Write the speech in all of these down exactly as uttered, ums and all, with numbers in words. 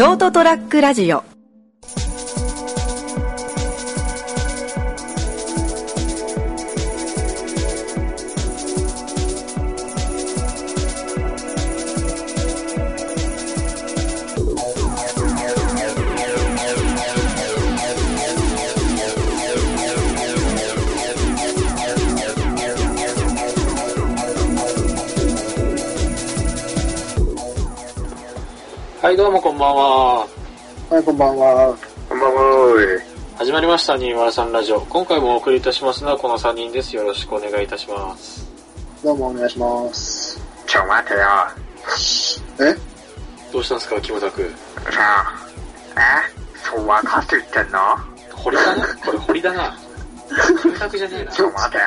ショートトラックラジオ。 はい、どうもこんばんは。 はい、こんばんは。 こんばんは。 始まりましたにひゃくさんラジオ。今回もお送りいたしますのはこのさんにんです。よろしくお願いいたします。 どうもお願いします。 ちょ待てよ。 え？ どうしたんですか、キムタク。 さあ、え？そうわかって言ってんの？ 堀だな。これ堀だな。キムタクじゃねえな。 ちょ待てよ。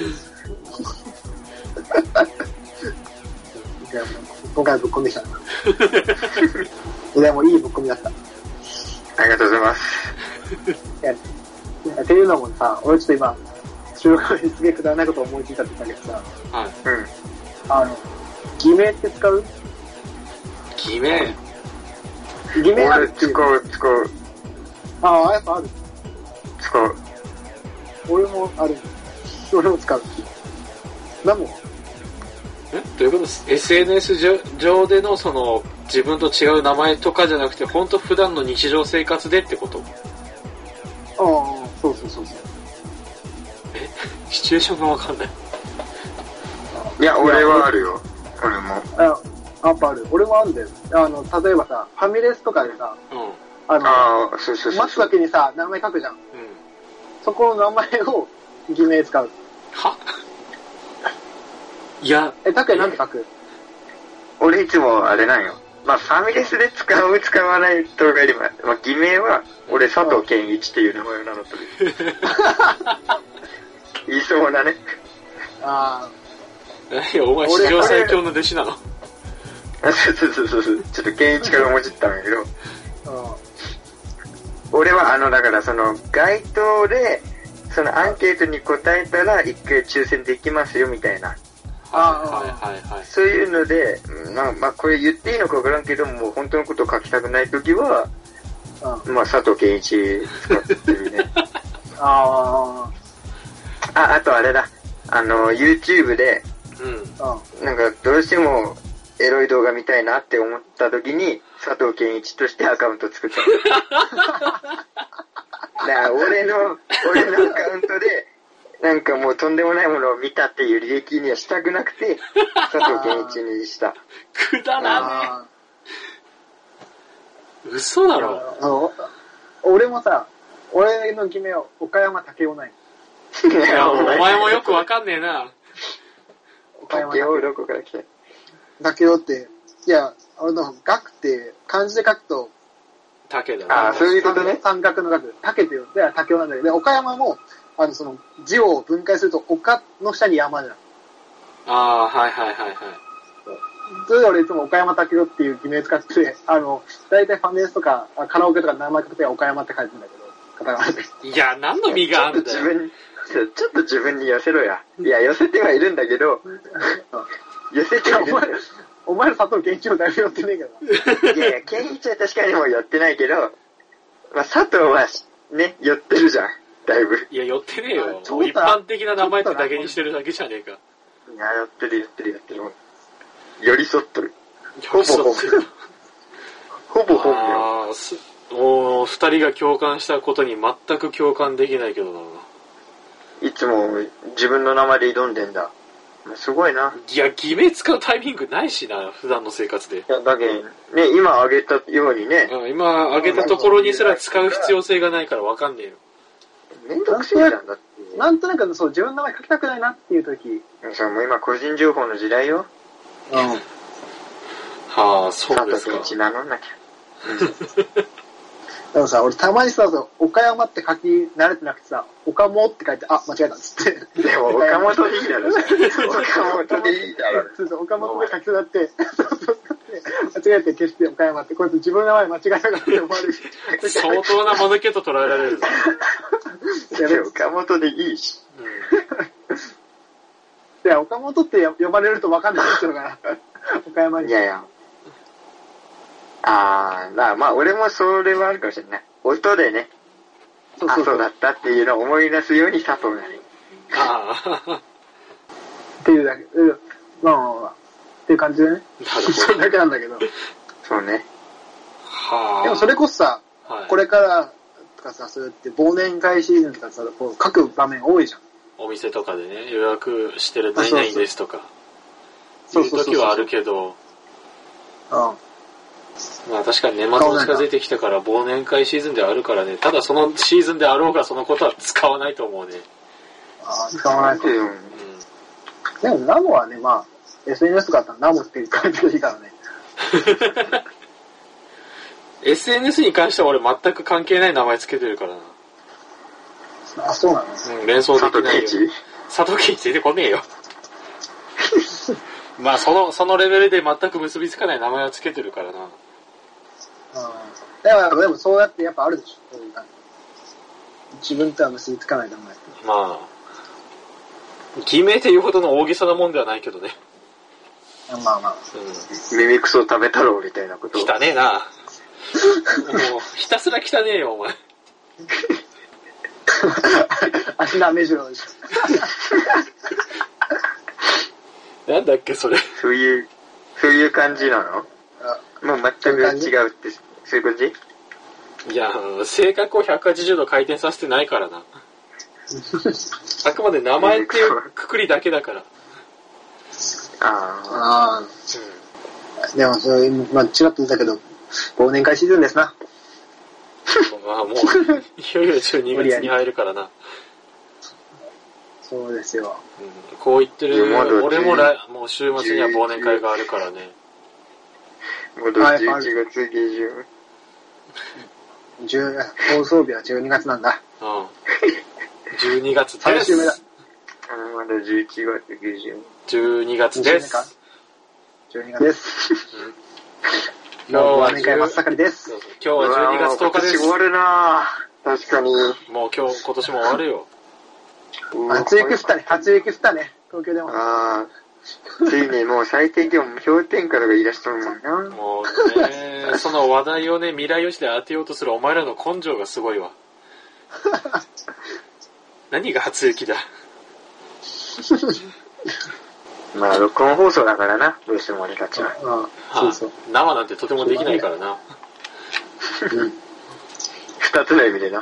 今回ぶっ込んできた。いや、もういいぶっ込みだった。 ありがとうございます。 いや、っていうのもさ、俺ちょっと今、収録にすげえくだらないこと思いついたって言ったけどさ、 はい。 うん。 あの、偽名って使う？ 偽名偽名ある俺っていう。 使う、使う、 ああ、やっぱある。 使う。 俺もある。俺も使う。何もえどういうことです？ エスエヌエス 上, 上でのその自分と違う名前とかじゃなくて、本当普段の日常生活でってこと？ ああ、そうそうそうそう。 えシチュエーションがわかんない。 いや、俺はあるよ。俺も。 あ、やっぱある。俺もあるんだよ。あの、例えばさ、ファミレスとかでさ、 うん。 あの、 ああ、そうそうそう。 待つだけにさ、名前書くじゃん。 うん。 そこの名前を偽名使う。 はいや。 え、たくやなんて書く？ 俺いつもあれなんよ。まあ、ファミレスで使う、使わないとかよりも、まあ、偽名は、俺佐藤健一っていう名前を名乗ってる。言いそうなね。 あいや、お前史上最強の弟子なの？ あ、そうそうそうそう。ちょっと健一からもじったんだけど、 あ、 俺はあの、だからその、該当で、そのアンケートに答えたら一回抽選できますよみたいな。 はいはいはいはい。 そういうので、まあ、まあ、これ言っていいのかわからんけども、本当のことを書きたくないときは、 あ、 まあ、佐藤健一使ってるね。 ああ、あとあれだ。あの、YouTube で、 うん。 あ、 なんかどうしてもエロい動画見たいなって思ったときに、佐藤健一としてアカウント作ったの。だから俺の、俺のアカウントで、なんかもうとんでもないものを見たっていう履歴にはしたくなくて、佐藤健一にした。 くだらねあえ。嘘だあろ。 の俺もさ、俺の偽名は岡山武雄ない。 いいや、お前もよくわかんねえな。 岡山竹雄どこから来た？ 武雄って、いや、俺の学って漢字で書くと、 竹だな。 ああ、そういうことね。 三角の学、竹っていうので武雄なんだけど、で、岡山も、あの、その、字を分解すると、丘の下に山じゃん。 ああ、はいはいはいはい。 それで俺いつも岡山武雄っていう偽名使って、あの、大体ファミレスとか、カラオケとか名前書くときは岡山って書いてるんだけど、カタカナで。 いや、何の身があるんだよ。 ちょっと自分に、ちょっと自分に寄せろや。いや、寄せてはいるんだけど、寄せてはいるんだよ。 お前ら佐藤健一もだいぶ寄ってねえけどな。 いやいや、健一は確かにもう寄ってないけど、まあ、佐藤はね、寄ってるじゃん、だいぶ。 いや、寄ってねえよ。 ちょっと一般的な名前ってだけにしてるだけじゃねえか。 いや、寄ってる寄ってる寄ってる。寄り添っとる。 ほぼほぼ。 ほぼ本名。 ああ、す、おー、二人が共感したことに全く共感できないけどな。 いつも自分の名前で挑んでんだ。すごいな。 いや、偽名使うタイミングないしな、普段の生活で。 いや、だけど、ね、今挙げたようにね、 うん、今挙げたところにすら使う必要性がないからわかんねえよ。 めんどくせえじゃんだって。 なんとなくそう、自分の名前書きたくないなっていう時。 さ、もう今個人情報の時代よ。 うん。 はあ、そうですか。 佐藤健一名乗んなきゃ。 でもさ、俺たまにさ、岡山って書き慣れてなくてさ、岡本って書いて、あ、間違えたっつって。 でも岡本でいいだろ。岡本でいいだろ。 そうそう、岡本で書きそうになって、そうそうそう。間違えて消して岡山って、こいつ自分の名前間違えたからって思われるし。 相当な間抜けと捉えられるぞ。 いや、岡本でいいし。 いや、岡本って呼ばれると分かんないっていうのかな。岡山に。 いやいや。 あー、まあまあ、俺もそれはあるかもしれない。音でね、 そうそうそうあ、そうだったっていうのを思い出すように佐藤がね。 ああ。 っていうだけ。うんまあまあまあ。っていう感じでね。 なるほど。 それだけなんだけど。 そうね。 はあ。 でもそれこそさ、 はい、 これからとかさ、そうやって忘年会シーズンとかさ、こう書く場面多いじゃん。 お店とかでね、予約してる何々ですとか。 そういう時はあるけど、 うん。 まあ確かに年末も近づいてきたから忘年会シーズンであるからね、ただそのシーズンであろうがそのことは使わないと思うね。 ああ、使わないと。 うん。 うん。 でもナモはね、まあ、エスエヌエス とかあったらナモって書いていいからね。 エスエヌエス に関しては俺全く関係ない名前つけてるからな。 あ、そうなのうん、連想で佐きないよ。 藤圭一佐藤圭一出てこねえよ。まあその、そのレベルで全く結びつかない名前はつけてるからな。 うん。でも、でもそうやってやっぱあるでしょ。そういう感じ自分とは結びつかない名前って。 まあ、偽名っていうほどの大げさなもんではないけどね。 まあまあ。 うん。 耳クソ食べ太郎みたいなこと。 汚ねえな。もう、ひたすら汚ねえよ、お前。 足なめじろでしょ。 なんだっけ、それ。 そういう、そういう感じなのもう全く違うって、そういう感じいや、性格をひゃくはちじゅうど回転させてないからな。あくまで名前っていうくくりだけだから。 あああ。でも、それ、まあ、ちらっと言ったけど、忘年会シーズンですな。 まあもう、いよいよじゅうにがつに入るからな。 そうですよ。 うん、こう言ってるいやまだ俺も来もう週末には忘年会があるからね。 あ。まだじゅういちがつ下旬。 じゅう放送日はじゅうにがつなんだ。 うん。じゅうにがつです。 さん週目だ。 あまだじゅういちがつ下旬。 じゅうにがつです。 じゅうにがつです。 うん今日は忘年会真っ盛りです。 そうそう今日はじゅうにがつとおかです。 今年終わるなぁ。確かに。 もう今日、今年も終わるよ。 初雪降ったね。初雪降ったね。東京でも。 ああ。ついにもう最低気温氷点下とか言い出しとるもんな。 もうね、その話題をね、未来予知で当てようとするお前らの根性がすごいわ。何が初雪だ。 まあ録音放送だからな、どうしても俺たちは。 うん。そうそう。 生なんてとてもできないからな。 二つの意味でな。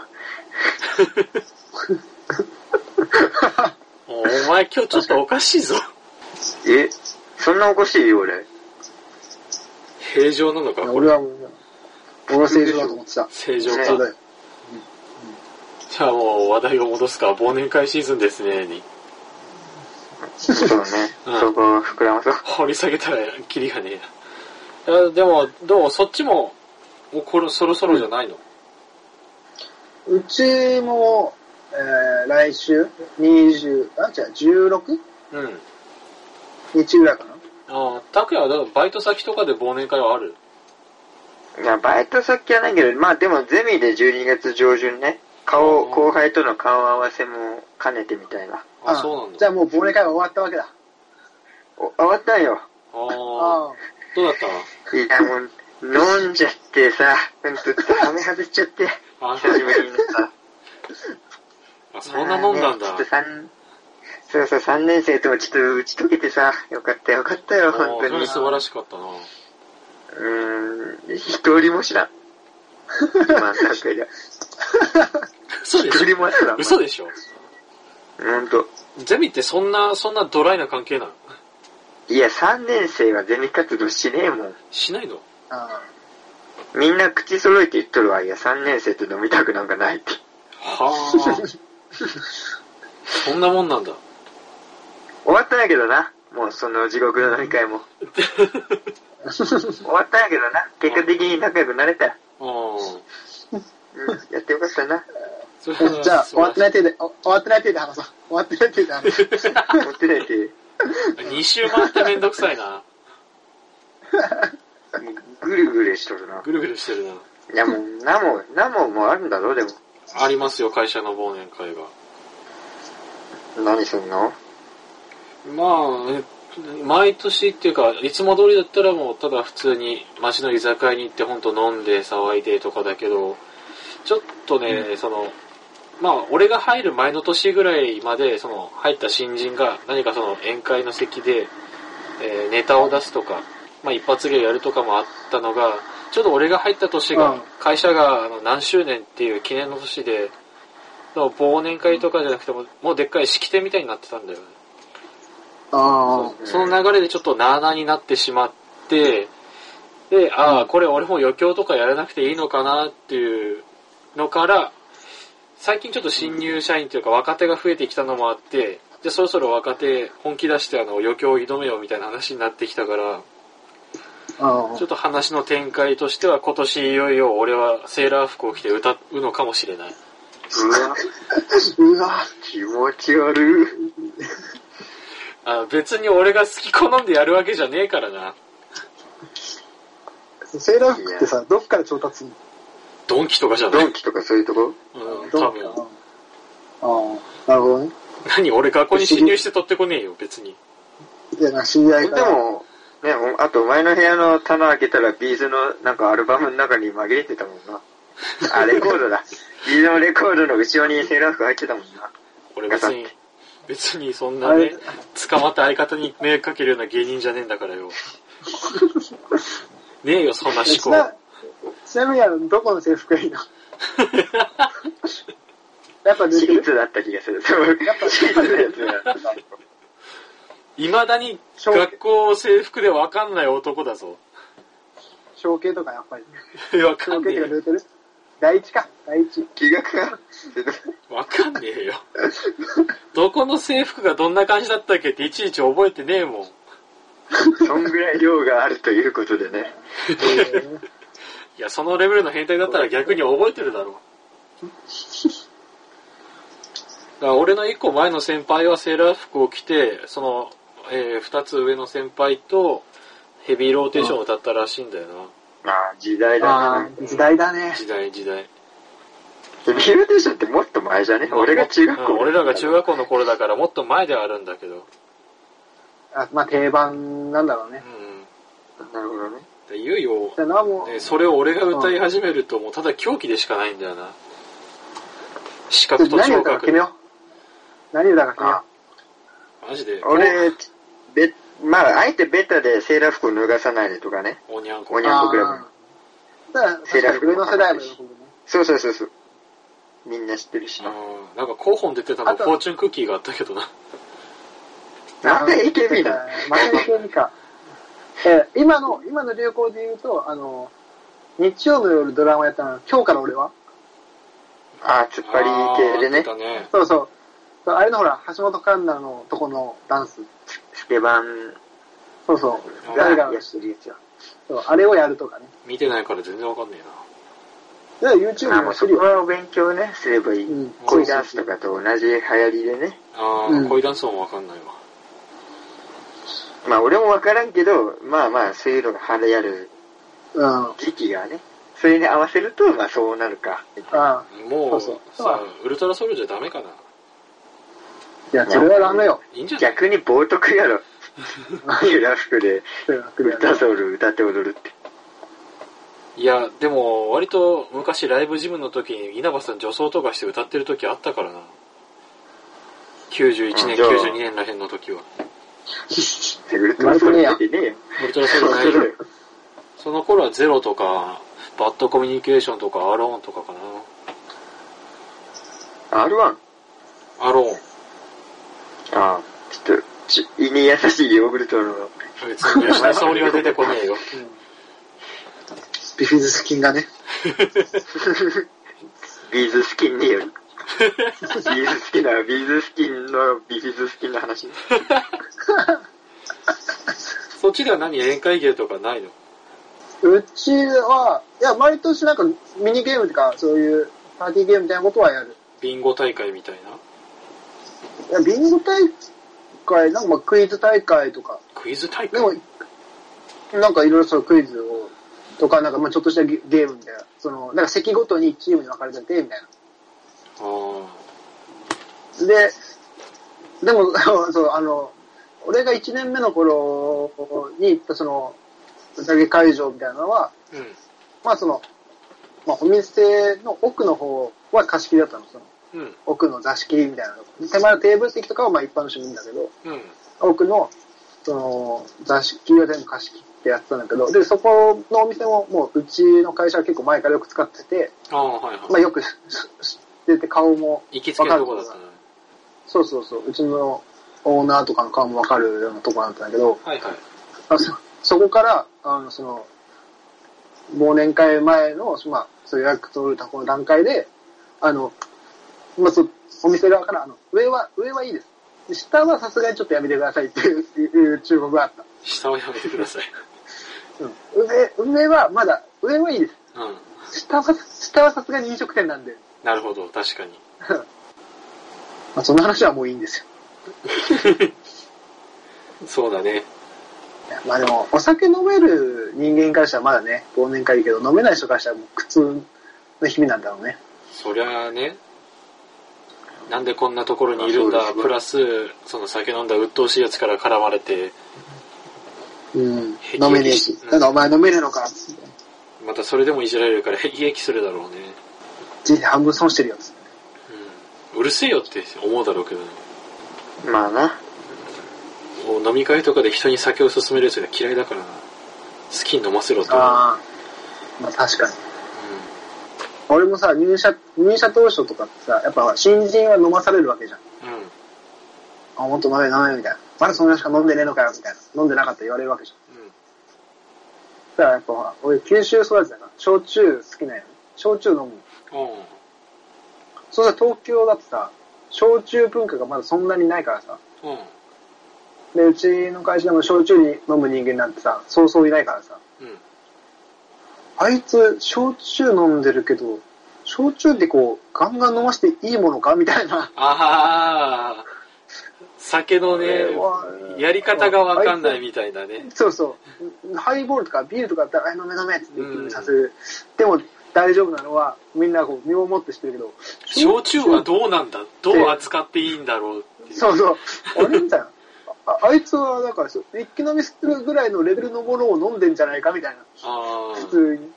お前今日ちょっとおかしいぞ。 え、そんなおかしいよ俺。 平常なのかこれ。 俺はもう、俺は正常だと思ってた。 正常か。 そうだよ。 じゃあもう話題を戻すか。忘年会シーズンですね。に。 そうね。 うんそこを膨らまそう。 掘り下げたらキリがねえな。あでも、どうそっちも、もうこれそろそろじゃないの、 うちも、えー、来週、にじゅう、あ、じゃあ じゅうろくうん。 日ぐらいかな。 ああ、拓也はだからバイト先とかで忘年会はある？ いや、バイト先はないけど、まあでもゼミでじゅうにがつ上旬ね、顔、 うん後輩との顔合わせも兼ねてみたいな。 あ、そうなんだ。 じゃあもう忘年会は終わったわけだ。 お、終わったんよ。 ああ、 あどうだったの？ いや、もう、飲んじゃってさ、ほんと、ハメ外しちゃって、 あ久しぶりにさ。 あ、そんな飲んだんだ。 まあねちょっと三、そうそう、三年生ともちょっと打ち解けてさ、よかったよかったよ、本当に。 ああ素晴らしかったな。 うーん、一人も知らん。今、さっきが。 嘘でし一人も知らょ？ ん。 嘘でしょ？ ほんと。 ゼミってそんな、そんなドライな関係なの？ いや、三年生はゼミ活動しねえもん。 しないの？ あ。 みんな口揃えて言っとるわ。いや、三年生と飲みたくなんかないって。 はあ。そんなもんなんだ。 終わったんやけどな。もうその地獄の飲み会も。終わったんやけどな。結果的に仲良くなれたよ。 うん。 うん、やってよかったな。 それはじゃあ、終わってない手で、お終わってない手で話そう。終わってない手で話そう。 持ってないって。 二周回ってめんどくさいな。 ぐるぐるしとるな。 ぐるぐるしてるな。 いやもう、ナモ、ナモもあるんだろ、でも。 ありますよ、会社の忘年会が。 何すんの？ まあ、え毎年っていうか、いつも通りだったらもうただ普通に街の居酒屋に行ってほんと飲んで騒いでとかだけど、ちょっとね、うん、その、まあ俺が入る前の年ぐらいまで、その入った新人が何かその宴会の席で、えー、ネタを出すとか、まあ一発芸やるとかもあったのが、ちょうど俺が入った年が、会社があの何周年っていう記念の年で、忘年会とかじゃなくても、もうでっかい式典みたいになってたんだよね。 あそ, その流れでちょっとなあなあになってしまって、で、ああ、これ俺も余興とかやらなくていいのかなっていうのから、最近ちょっと新入社員というか若手が増えてきたのもあって、じゃあそろそろ若手本気出してあの余興を挑めようみたいな話になってきたから、ちょっと話の展開としては今年いよいよ俺はセーラー服を着て歌うのかもしれない。 うわ、うわ、気持ち悪い。 あ、別に俺が好き好んでやるわけじゃねえからな。 セーラー服ってさ、どっから調達するの？ ドンキとかじゃない？ ドンキとかそういうとこ？ うん、多分。 ああ、なるほどね。 何、俺学校に侵入して取ってこねえよ、別に。 いや、な、知り合いから。 でも、ね、あと前の部屋の棚開けたらビーズのなんかアルバムの中に紛れてたもんな。あ、レコードだ。ビーズのレコードの後ろにセーラー服入ってたもんな。 俺別に、別にそんなね、捕まった相方に迷惑かけるような芸人じゃねえんだからよ。ねえよ、そんな思考。 ちなみにあの、どこの制服がいいの？やっぱ私立だった気がする。やっぱ私立のやつだった。 未だに学校制服でわかんない男だぞ。 小系とかやっぱり。 わかんねえよ。 小系とか出てる？第一か、第一。 気学が。 わかんねえよ。どこの制服がどんな感じだったっけっていちいち覚えてねえもん。 そんぐらい量があるということでね。 いや、そのレベルの変態だったら逆に覚えてるだろう。だから俺の一個前の先輩はセーラー服を着て、その、えー、二つ上の先輩とヘビーローテーションを歌ったらしいんだよな。 ああ、時代だね。 時代だね。 時代、時代。 ヘビーローテーションってもっと前じゃね？俺が中学校、うん。 俺らが中学校の頃だからもっと前ではあるんだけど。 あ、まあ定番なんだろうね。 うん。なるほどね。 いよいよ、 ね、 それを俺が歌い始めるともうただ狂気でしかないんだよな。視覚と聴覚。 何歌か決めよう。マジで。 俺、べ、まあ、あえてベタでセーラー服を脱がさないでとかね。 おにゃんこ。 おにゃんこクラブ。 だから、セーラー服上の世代も喜ぶね。 そうそうそうそう。みんな知ってるしな。 なんか候補出てたのフォーチュンクッキーがあったけどな。 なんで エーケービー だ？ また エーケービー か。えー、今の、今の流行で言うと、あの、日曜の夜ドラマやったの、今日から俺はあー、突っ張り系でね。 ねそうそう。あれのほら、橋本環奈のとこのダンス。 スケバン。 そうそう。誰がやってるやつよ。そう、あれをやるとかね。 見てないから全然わかんねえな。いや、YouTube でもそこは勉強ね、すればいい。うん、恋ダンスとかと同じ流行りでね。 あー、うん、恋ダンスもわかんないわ。 まあ俺もわからんけど、まあまあそういうのが流行る時期がね、うん、それに合わせると、まあそうなるか。 ああもうそうそうさ、ウルトラソウルじゃダメかな。 いや、それはダメよ。 いいんじゃない？ 逆に冒涜やろ。セーラー服で、ウルトラソウル歌って踊るって。 いや、でも割と昔ライブジムの時に稲葉さん女装とかして歌ってる時あったからな。きゅうじゅういちねん、きゅうじゅうにねんらへんの時は。 ウルトラソウル出てねえよ。 ウルトラソウルないよ。その頃はゼロとか、バッドコミュニケーションとか、アローンとかかな。アールワン？ アローン。 ああ、ちょっと、ち胃に優しいヨーグルトの。 別に吉田沙保里は出てこねえよ。うん、 ビフィズスキンがね。 ビーズスキンによる。ビーズスキンな、ビーズスキンのビフィズスキンの話。 そっちでは何、宴会芸とかないの？ うちは、いや、毎年なんかミニゲームとか、そういうパーティーゲームみたいなことはやる。 ビンゴ大会みたいな？ いや、ビンゴ大会、なんかまあクイズ大会とか。 クイズ大会？でも、なんかいろいろそうクイズを、とか、なんかまあちょっとしたゲームみたいな。その、なんか席ごとにチームに分かれてて、みたいな。 ああ。 で、でも、そう、あの、 俺がいちねんめの頃に行ったその、宴会場みたいなのは、 うん。 まあその、まあお店の奥の方は貸し切りだったの、その、 うん。 奥の座敷みたいなの。手前のテーブル席とかはまあ一般の人もいいんだけど、 うん。 奥の、その、座敷は全部貸し切ってやってたんだけど、で、そこのお店ももううちの会社は結構前からよく使ってて、 ああ、はいはい。 まあよく知ってて顔も行きつけのとこだったな。 そうそうそう、うちのオーナーとかの顔もわかるようなとこだったんだけど、 はいはい。 あ そ, そこから、あの、その、忘年会前の、まあ、そういう予約取るとこの段階で、あの、まあ、そお店側から、あの、上は、上はいいです。下はさすがにちょっとやめてくださいっていういう忠告があった。 下はやめてください。 うん。上、上はまだ、上はいいです。 うん。 下は、下はさすがに飲食店なんで。 なるほど、確かに。 まあ、その話はもういいんですよ。 そうだね。 まあでも、お酒飲める人間からしたらまだね、忘年会いいけど、飲めない人からしたらもう苦痛の日々なんだろうね。 そりゃあね、なんでこんなところにいるんだ、プラス、その酒飲んだ鬱陶しいやつから絡まれて、 うん、飲めねえし、なんだお前飲めねえのかって。 またそれでもいじられるから辟易するだろうね。 人生半分損してるよっつって。 うん。うるせえよって思うだろうけどね。 まあな。 もう飲み会とかで人に酒を勧めるやつが嫌いだからな。好きに飲ませろって。 ああ、まあ確かに。俺もさ、入社、入社当初とかってさ、やっぱ新人は飲まされるわけじゃん。 うん。うん。 あ、もっと飲め飲めみたいな。まだそんなしか飲んでねえのかよみたいな。飲んでなかったら言われるわけじゃん。 うん。 だからやっぱほら、俺九州育ちだから、焼酎好きなんよ。焼酎飲む。 うん。 そうさ、東京だってさ、焼酎文化がまだそんなにないからさ。 うん。 で、うちの会社でも焼酎に飲む人間なんてさ、そうそういないからさ。 うん。 あいつ、焼酎飲んでるけど、焼酎ってこう、ガンガン飲ましていいものかみたいな。 ああ、酒のね、やり方がわかんないみたいなね。 そうそう。ハイボールとかビールとかだったら、飲め飲めって言ってさせる。でも、大丈夫なのは、みんなこう、身をもってしてるけど。 焼酎はどうなんだ、どう扱っていいんだろうっていう。 そうそう。あれみたいな。あ, あいつは、だから、一気飲みするぐらいのレベルのものを飲んでんじゃないかみたいな。 あ普通に。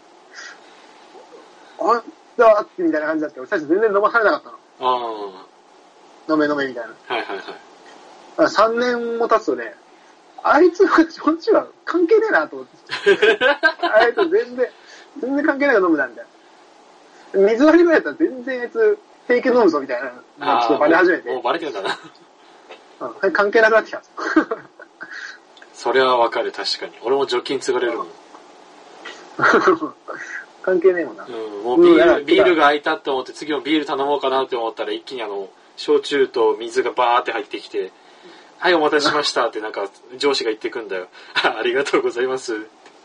あだーってみたいな感じだって、俺最初全然飲まされなかったの。 ああ。 飲め飲めみたいな。 はいはいはい。 だからさんねんも経つとね、あいつは、焼酎は関係ねえなと思って。あいつ全然、全然関係ないから飲むな、みたいな。水割りぐらいだったら全然あいつ平気で飲むぞ、みたいな。まあ、ちょっとバレ始めて。 もう、もうバレてるんだな。 うん、関係なくなってきた。 それはわかる、確かに。俺も除菌継がれるもん。 関係ねえもんな。 うん、もうビール、ビールが空いたって思って次もビール頼もうかなって思ったら一気にあの、焼酎と水がバーって入ってきて、はい、お待たせしましたってなんか上司が言ってくんだよ。ありがとうございます。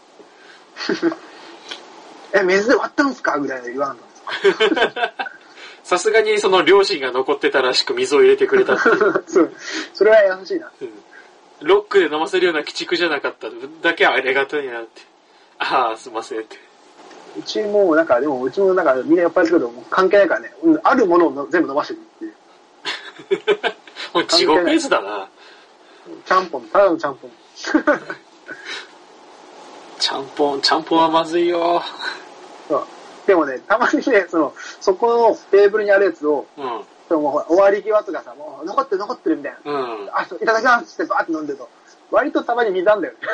え、水で割ったんすかぐらいの言わんの。 さすがにその両親が残ってたらしく水を入れてくれたって。 そう。それは優しいな。 うん。ロックで飲ませるような鬼畜じゃなかっただけはありがたいなって。ああ、すいませんって。 うちも、なんか、でも、うちもなんか、みんな酔っ払ってるけど、関係ないからね、うん、あるものを全部飲ませてるっていう。 もう地獄絵図だな。 ちゃんぽん、ただのちゃんぽん。 ちゃんぽん、ちゃんぽんはまずいよ。 そう。でもね、たまにね、その、そこのテーブルにあるやつを、うん。そのもうほら、終わり際とかさ、もう、残ってる残ってるみたいな。うん。あ、いただきますってバーって飲んでると、割とたまに水なんだよね。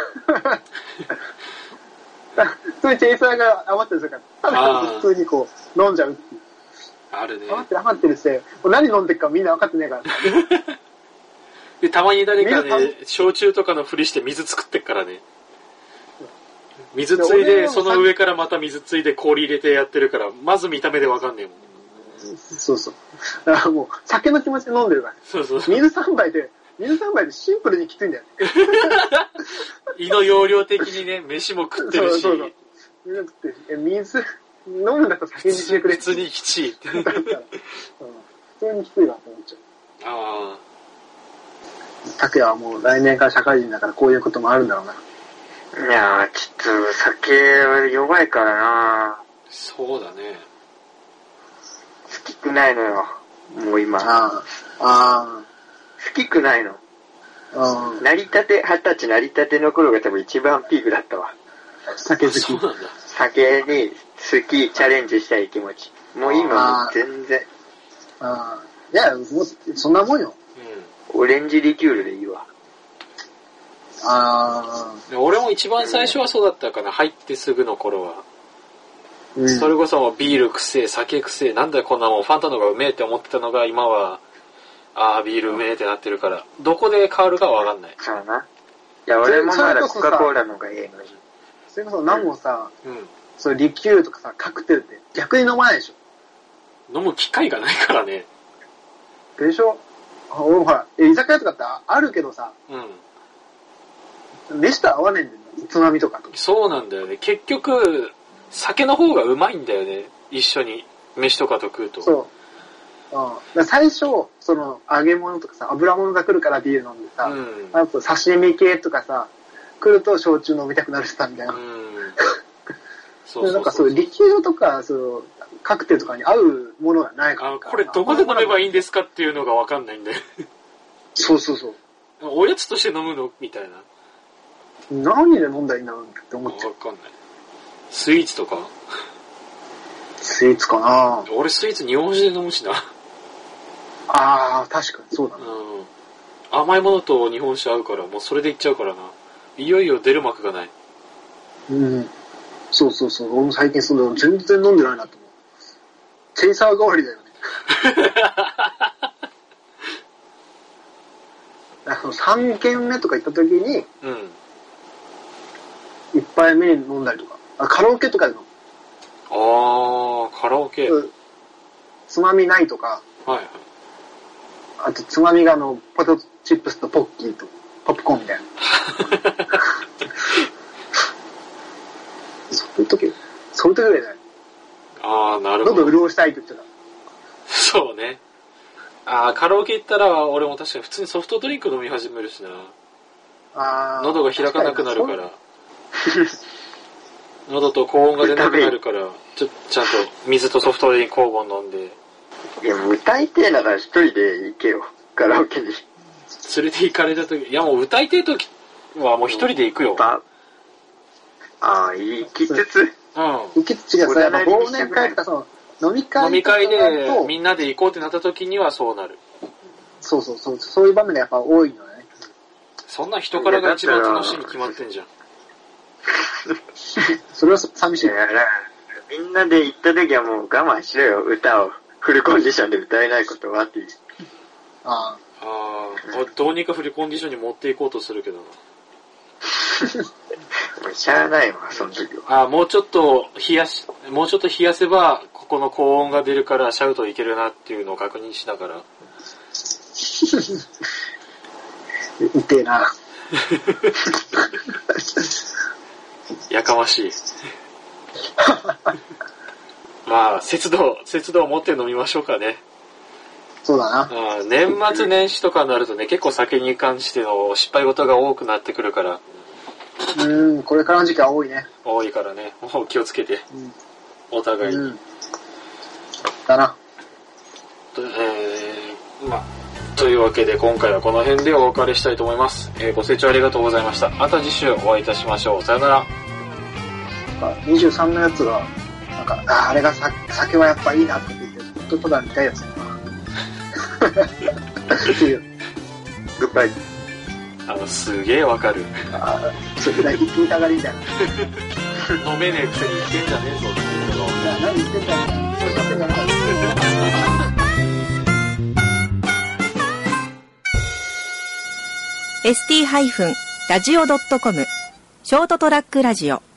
普通にチェイサーが余ってるから、ただ普通にこう、飲んじゃうっていう。 あるね。 余ってる余ってるって、もう何飲んでるかみんな分かってねえから。 で、たまに誰かね、焼酎とかのふりして水作ってっからね。水ついで、その上からまた水ついで氷入れてやってるから、まず見た目で分かんねえもん。 そうそう。だからもう、酒の気持ちで飲んでるから。 そうそう。 水さんばいで、水さんばいでシンプルにきついんだよね。 胃の容量的にね、飯も食ってるし。そうそうそう。水食ってるし、水、飲むんだったら酒にしてくれ。 普通にきちいって。うん、 普通にきついわって思っちゃう。 ああ。 竹はもう来年から社会人だからこういうこともあるんだろうな。 いやー、ちょっと酒は弱いからな。 そうだね。 好きくないのよ。もう今。 ああ。ああ。 好きくないの。 うん。 成り立て、二十歳成り立ての頃が多分一番ピークだったわ。 酒好き。 そうなんだ。 酒に好き、チャレンジしたい気持ち。もう今もう全然。 ああ。いや、もう、そんなもんよ。 うん。 オレンジリキュールでいいわ。 ああ。俺も一番最初はそうだったかな。入ってすぐの頃は。 うん。 それこそビールくせえ、酒くせえ、なんだよこんなもん、ファンタの方がうめえって思ってたのが、今は、ああ、ビールうめえってなってるから、どこで変わるかはわかんない。 そうな。いや、俺もまだコカ・コーラの方がええのに。 それこそ何もさ、 うん。 そうリキュールとかさ、カクテルって逆に飲まないでしょ。 飲む機会がないからね。 でしょ。俺もほら、居酒屋とかってあるけどさ、 うん。 飯と合わねえんだよね。つまみとかと。 そうなんだよね。結局、酒の方がうまいんだよね。一緒に飯とかと食うと。 そう。うん。だから最初、その揚げ物とかさ、油物が来るからビール飲んでさ、 うん。 あと刺身系とかさ、来ると焼酎飲みたくなるしさ、みたいな。 うん。そうそうそう。 なんかそう、リキュールとか、その、カクテルとかに合うものがないから。 あ、これどこで飲めばいいんですかっていうのがわかんないんで。 そうそうそう。 おやつとして飲むのみたいな。 何で飲んだらいいんだろうって思っちゃう。 わかんない。スイーツとかスイーツかな。 俺スイーツ日本酒で飲むしな。 ああ、確かにそうだな。 うん。甘いものと日本酒合うから、もうそれでいっちゃうからな。いよいよ出る幕がない。 うん。そうそうそう。俺も最近その全然飲んでないなと思う。チェイサー代わりだよね。あのさんけんめとか行った時に、 うん。 いっぱい目に飲んだりとか。あ、カラオケとかで飲む。 あー、カラオケ。はいつまみないとか、 はい。 あとつまみがあの、ポテトチップスとポッキーとポップコーンみたいな。そういう時、そういう時ぐらいだよ。 あー、なるほど。 喉潤したいって言ってた。 そうね。あー、カラオケ行ったら俺も確かに普通にソフトドリンク飲み始めるしな。 あー、 喉が開かなくなるから。喉と高音が出なくなるから、ちょ、ちゃんと水とソフトドリンク交互に飲んで。 いや、もう歌いてえなら一人で行けよ、カラオケに。 連れて行かれた時、いやもう歌いてえ時はもう一人で行くよ。 ああ、行きつつ。 うん。 行きつつがさ、やっぱ忘年会とかその、飲み会とか飲み会でみんなで行こうってなった時にはそうなる。 そうそうそう、そういう場面がやっぱ多いのね。 そんな人からが一番楽しいに決まってんじゃん。 それは寂しい。 いや、だからみんなで行った時はもう我慢しろよ、歌を。フルコンディションで歌えないことはっていう。 ああ。ああ、どうにかフルコンディションに持っていこうとするけどな。 もうしゃあないわ、その時は。 ああ、もうちょっと冷やし、もうちょっと冷やせば、ここの高音が出るからシャウトいけるなっていうのを確認しながら。 うてえな。 やかましい。まあ、節度、節度を持って飲みましょうかね。 そうだな。 あ年末年始とかになるとね、結構酒に関しての失敗事が多くなってくるから。 うん、これからの時期は多いね。 多いからね、もう気をつけて。うん、お互いに。うん、 だな。 えー、まあ、というわけで今回はこの辺でお別れしたいと思います。えー、ご清聴ありがとうございました。また次週お会いいたしましょう。さよなら。 にじゅうさんのやつが、なんか、あ, あれが酒はやっぱいいなって言って、本当ただ見たいやつだな。 グッバイ。 あの、すげえわかる。 ああ、それだけ聞いたがりみたいな。 飲めねえくせに言ってんじゃねえぞっていうの。 いや、何言ってんだよ。そうしちゃってんじゃなかった。 エスティー ラジオ ドットコム ショートトラックラジオ